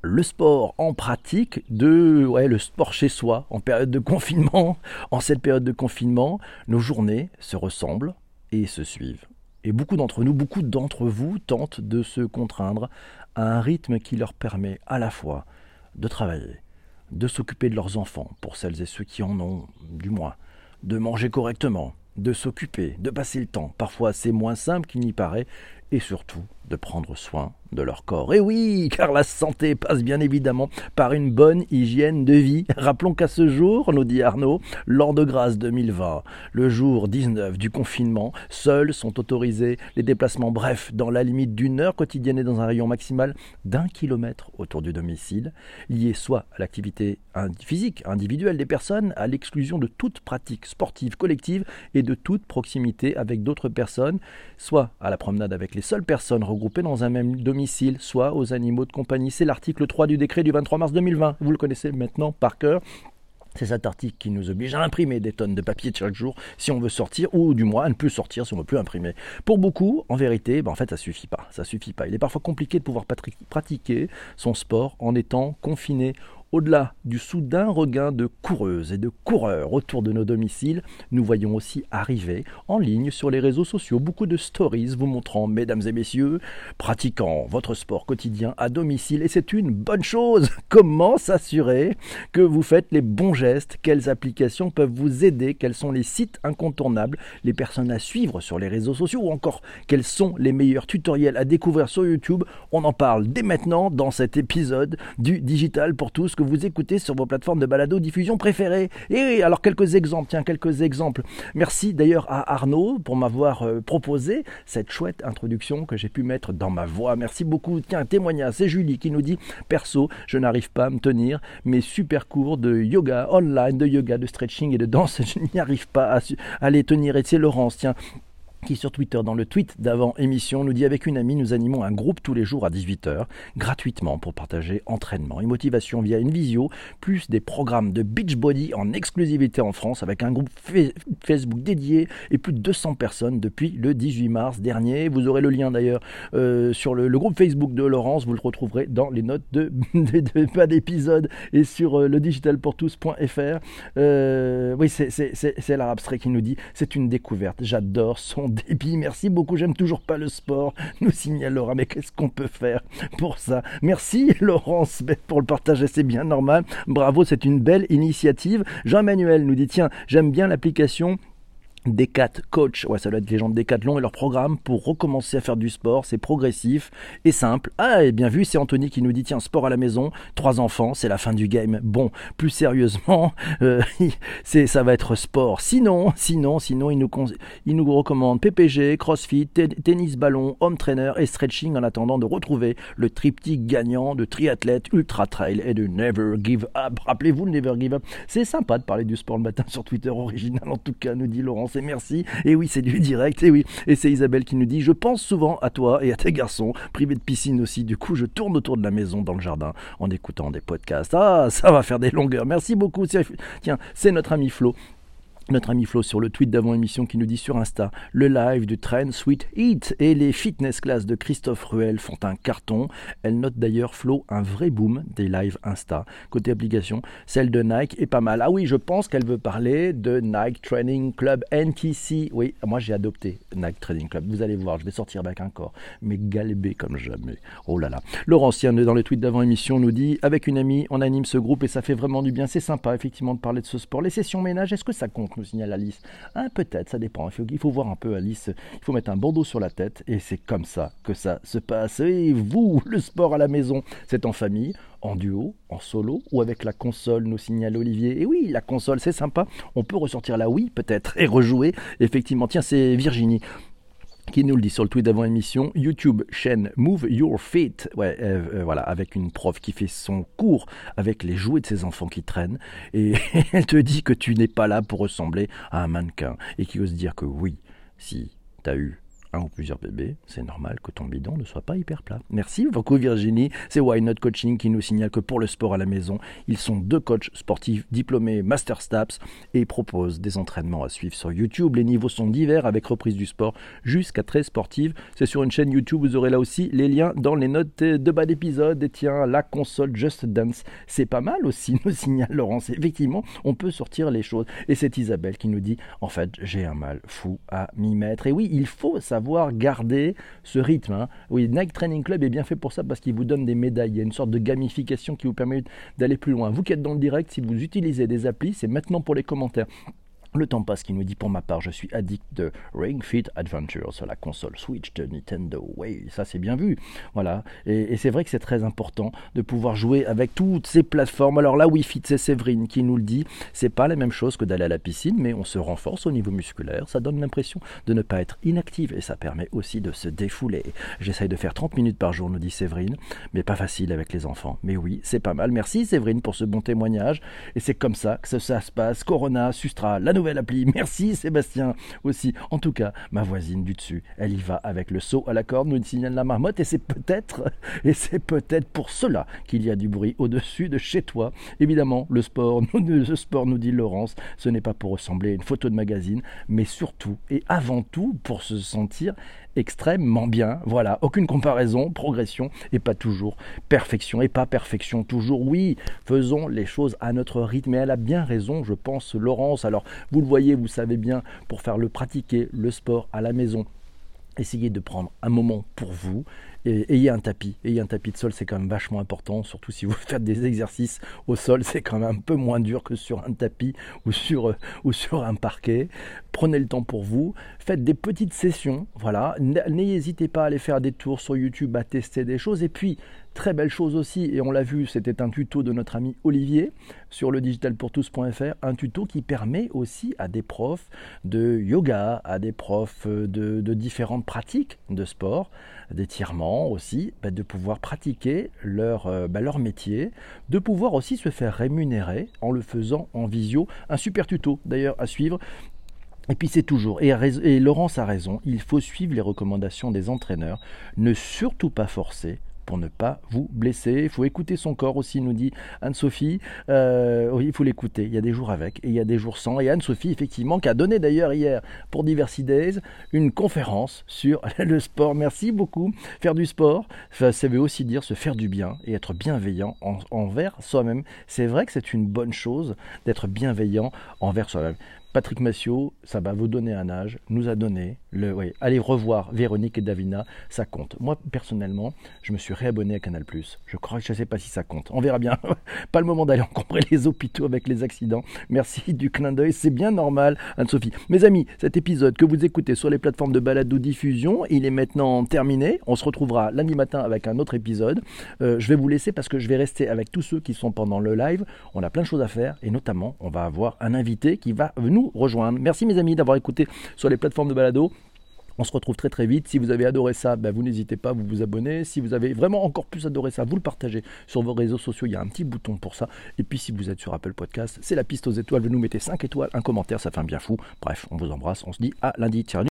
le sport en pratique, le sport chez soi, en période de confinement. En cette période de confinement, nos journées se ressemblent et se suivent. Et beaucoup d'entre vous tentent de se contraindre à un rythme qui leur permet à la fois de travailler, de s'occuper de leurs enfants, pour celles et ceux qui en ont, du moins, de manger correctement, de s'occuper, de passer le temps. Parfois c'est moins simple qu'il n'y paraît, et surtout de prendre soin de leur corps. Et oui, car la santé passe bien évidemment par une bonne hygiène de vie. Rappelons qu'à ce jour, nous dit Arnaud, l'an de grâce 2020, le jour 19 du confinement, seuls sont autorisés les déplacements brefs dans la limite d'1 heure quotidienne et dans un rayon maximal d'1 kilomètre autour du domicile, liés soit à l'activité physique individuelle des personnes, à l'exclusion de toute pratique sportive collective et de toute proximité avec d'autres personnes, soit à la promenade avec les seules personnes regroupées dans un même domicile, soit aux animaux de compagnie. C'est l'article 3 du décret du 23 mars 2020. Vous le connaissez maintenant par cœur. C'est cet article qui nous oblige à imprimer des tonnes de papier chaque jour si on veut sortir, ou du moins à ne plus sortir si on ne veut plus imprimer. Pour beaucoup, en vérité, en fait ça suffit pas. Ça suffit pas. Il est parfois compliqué de pouvoir pratiquer son sport en étant confiné. Au-delà du soudain regain de coureuses et de coureurs autour de nos domiciles, nous voyons aussi arriver en ligne sur les réseaux sociaux beaucoup de stories vous montrant, mesdames et messieurs, pratiquant votre sport quotidien à domicile. Et c'est une bonne chose. Comment s'assurer que vous faites les bons gestes? Quelles applications peuvent vous aider? Quels sont les sites incontournables, les personnes à suivre sur les réseaux sociaux? Ou encore, quels sont les meilleurs tutoriels à découvrir sur YouTube? On en parle dès maintenant dans cet épisode du Digital pour tous que vous écoutez sur vos plateformes de balado-diffusion préférées. Et alors quelques exemples. Merci d'ailleurs à Arnaud pour m'avoir proposé cette chouette introduction que j'ai pu mettre dans ma voix. Merci beaucoup. Tiens, un témoignage, c'est Julie qui nous dit: perso, je n'arrive pas à me tenir, mes super cours de yoga online, de yoga, de stretching et de danse, je n'y arrive pas à les tenir. Et c'est Laurence, tiens, qui sur Twitter, dans le tweet d'avant émission, nous dit: avec une amie, nous animons un groupe tous les jours à 18h, gratuitement, pour partager entraînement et motivation via une visio, plus des programmes de Beachbody en exclusivité en France, avec un groupe Facebook dédié et plus de 200 personnes depuis le 18 mars dernier. Vous aurez le lien d'ailleurs sur le groupe Facebook de Laurence, vous le retrouverez dans les notes de pas d'épisode et sur le digitalpourtous.fr. Oui, c'est l'arabe abstrait qui nous dit: c'est une découverte, j'adore son débit, merci beaucoup, j'aime toujours pas le sport, nous signale Laura, mais qu'est-ce qu'on peut faire pour ça? Merci Laurence pour le partage, c'est bien normal, bravo, c'est une belle initiative. Jean-Emmanuel nous dit: tiens, j'aime bien l'application Decat Coach, ça doit être les gens de Decathlon et leur programme pour recommencer à faire du sport, c'est progressif et simple. Ah, et bien vu, c'est Anthony qui nous dit: tiens, sport à la maison, 3 enfants, c'est la fin du game. Bon, plus sérieusement, ça va être sport. Sinon, il nous recommande PPG, CrossFit, tennis ballon, home trainer et stretching en attendant de retrouver le triptyque gagnant de triathlète, ultra trail et de Never Give Up. Rappelez-vous le Never Give Up. C'est sympa de parler du sport le matin sur Twitter, original en tout cas, nous dit Laurence. Et merci, et oui, c'est du direct, et oui, et c'est Isabelle qui nous dit: je pense souvent à toi et à tes garçons, privés de piscine aussi, du coup je tourne autour de la maison dans le jardin en écoutant des podcasts. Ah, ça va faire des longueurs, merci beaucoup. Tiens, c'est notre ami Flo sur le tweet d'avant-émission qui nous dit sur Insta: le live du Trend Sweet Eat et les fitness classes de Christophe Ruel font un carton. Elle note d'ailleurs, Flo, un vrai boom des lives Insta. Côté application, celle de Nike est pas mal. Ah oui, je pense qu'elle veut parler de Nike Training Club NTC. Oui, moi j'ai adopté Nike Training Club. Vous allez voir, je vais sortir avec un corps, mais galbé comme jamais. Oh là là. Laurentien, dans le tweet d'avant-émission, nous dit: avec une amie, on anime ce groupe et ça fait vraiment du bien. C'est sympa, effectivement, de parler de ce sport. Les sessions ménage, est-ce que ça compte, nous signale Alice? Peut-être, ça dépend. Il faut voir un peu, Alice. Il faut mettre un bandeau sur la tête et c'est comme ça que ça se passe. Et vous, le sport à la maison, c'est en famille, en duo, en solo ou avec la console, nous signale Olivier. Et oui, la console, c'est sympa. On peut ressortir la Wii peut-être et rejouer. Effectivement, tiens, c'est Virginie qui nous le dit sur le tweet d'avant-émission: YouTube, chaîne Move Your Feet. Voilà, avec une prof qui fait son cours avec les jouets de ses enfants qui traînent. Et elle te dit que tu n'es pas là pour ressembler à un mannequin. Et qui ose dire que oui, si t'as eu un ou plusieurs bébés, c'est normal que ton bidon ne soit pas hyper plat. Merci beaucoup Virginie, c'est Why Not Coaching qui nous signale que pour le sport à la maison, ils sont 2 coachs sportifs diplômés Master Staps et proposent des entraînements à suivre sur YouTube. Les niveaux sont divers avec reprise du sport jusqu'à 13 sportives. C'est sur une chaîne YouTube, vous aurez là aussi les liens dans les notes de bas d'épisode. Et tiens, la console Just Dance, c'est pas mal aussi, nous signale Laurence. Effectivement, on peut sortir les choses. Et c'est Isabelle qui nous dit, en fait, j'ai un mal fou à m'y mettre. Et oui, il faut savoir garder ce rythme. Hein. Oui, Nike Training Club est bien fait pour ça parce qu'il vous donne des médailles. Il y a une sorte de gamification qui vous permet d'aller plus loin. Vous qui êtes dans le direct, si vous utilisez des applis, c'est maintenant pour les commentaires. Le temps passe qui nous dit, pour ma part, je suis addict de Ring Fit Adventure sur la console Switch de Nintendo. Oui, ça c'est bien vu. Voilà. Et c'est vrai que c'est très important de pouvoir jouer avec toutes ces plateformes. Alors là, Wii Fit, c'est Séverine qui nous le dit. C'est pas la même chose que d'aller à la piscine, mais on se renforce au niveau musculaire. Ça donne l'impression de ne pas être inactive et ça permet aussi de se défouler. J'essaye de faire 30 minutes par jour, nous dit Séverine, mais pas facile avec les enfants. Mais oui, c'est pas mal. Merci Séverine pour ce bon témoignage. Et c'est comme ça que ça se passe. Corona, Sustra, la nouvelle appli. Merci Sébastien aussi. En tout cas, ma voisine du dessus, elle y va avec le seau à la corde, nous signale la marmotte, et c'est peut-être pour cela qu'il y a du bruit au-dessus de chez toi. Évidemment, le sport, nous dit Laurence, ce n'est pas pour ressembler à une photo de magazine, mais surtout et avant tout pour se sentir extrêmement bien. Voilà, aucune comparaison, progression et pas toujours perfection et pas perfection toujours. Oui, faisons les choses à notre rythme et elle a bien raison, je pense, Laurence. Alors, vous le voyez, vous savez bien, pour faire pratiquer le sport à la maison, essayez de prendre un moment pour vous. Et ayez un tapis de sol, c'est quand même vachement important, surtout si vous faites des exercices au sol, c'est quand même un peu moins dur que sur un tapis ou sur un parquet. Prenez le temps pour vous, faites des petites sessions, voilà, n'hésitez pas à aller faire des tours sur YouTube, à tester des choses, et puis très belle chose aussi, et on l'a vu, c'était un tuto de notre ami Olivier sur le digitalpourtous.fr, un tuto qui permet aussi à des profs de yoga, à des profs de différentes pratiques de sport, d'étirement aussi, de pouvoir pratiquer leur métier, de pouvoir aussi se faire rémunérer en le faisant en visio. Un super tuto d'ailleurs à suivre. Et puis c'est toujours, et Laurence a raison, il faut suivre les recommandations des entraîneurs, ne surtout pas forcer pour ne pas vous blesser. Il faut écouter son corps aussi, nous dit Anne-Sophie. Oui, il faut l'écouter. Il y a des jours avec et il y a des jours sans. Et Anne-Sophie, effectivement, qui a donné d'ailleurs hier pour Diversity Days une conférence sur le sport. Merci beaucoup. Faire du sport, ça veut aussi dire se faire du bien et être bienveillant envers soi-même. C'est vrai que c'est une bonne chose d'être bienveillant envers soi-même. Patrick Massiot, ça va vous donner un âge, nous a donné allez revoir Véronique et Davina, ça compte. Moi, personnellement, je me suis réabonné à Canal+. Je ne sais pas si ça compte. On verra bien. Pas le moment d'aller encombrer les hôpitaux avec les accidents. Merci du clin d'œil, c'est bien normal, Anne-Sophie. Mes amis, cet épisode que vous écoutez sur les plateformes de balado-diffusion, il est maintenant terminé. On se retrouvera lundi matin avec un autre épisode. Je vais vous laisser parce que je vais rester avec tous ceux qui sont pendant le live. On a plein de choses à faire et notamment, on va avoir un invité qui va nous rejoindre. Merci mes amis d'avoir écouté sur les plateformes de balado. On se retrouve très très vite. Si vous avez adoré ça, vous n'hésitez pas à vous abonner. Si vous avez vraiment encore plus adoré ça, vous le partagez sur vos réseaux sociaux. Il y a un petit bouton pour ça. Et puis si vous êtes sur Apple Podcast, c'est la piste aux étoiles. Vous nous mettez 5 étoiles, un commentaire, ça fait un bien fou. Bref, on vous embrasse. On se dit à lundi. Ciao.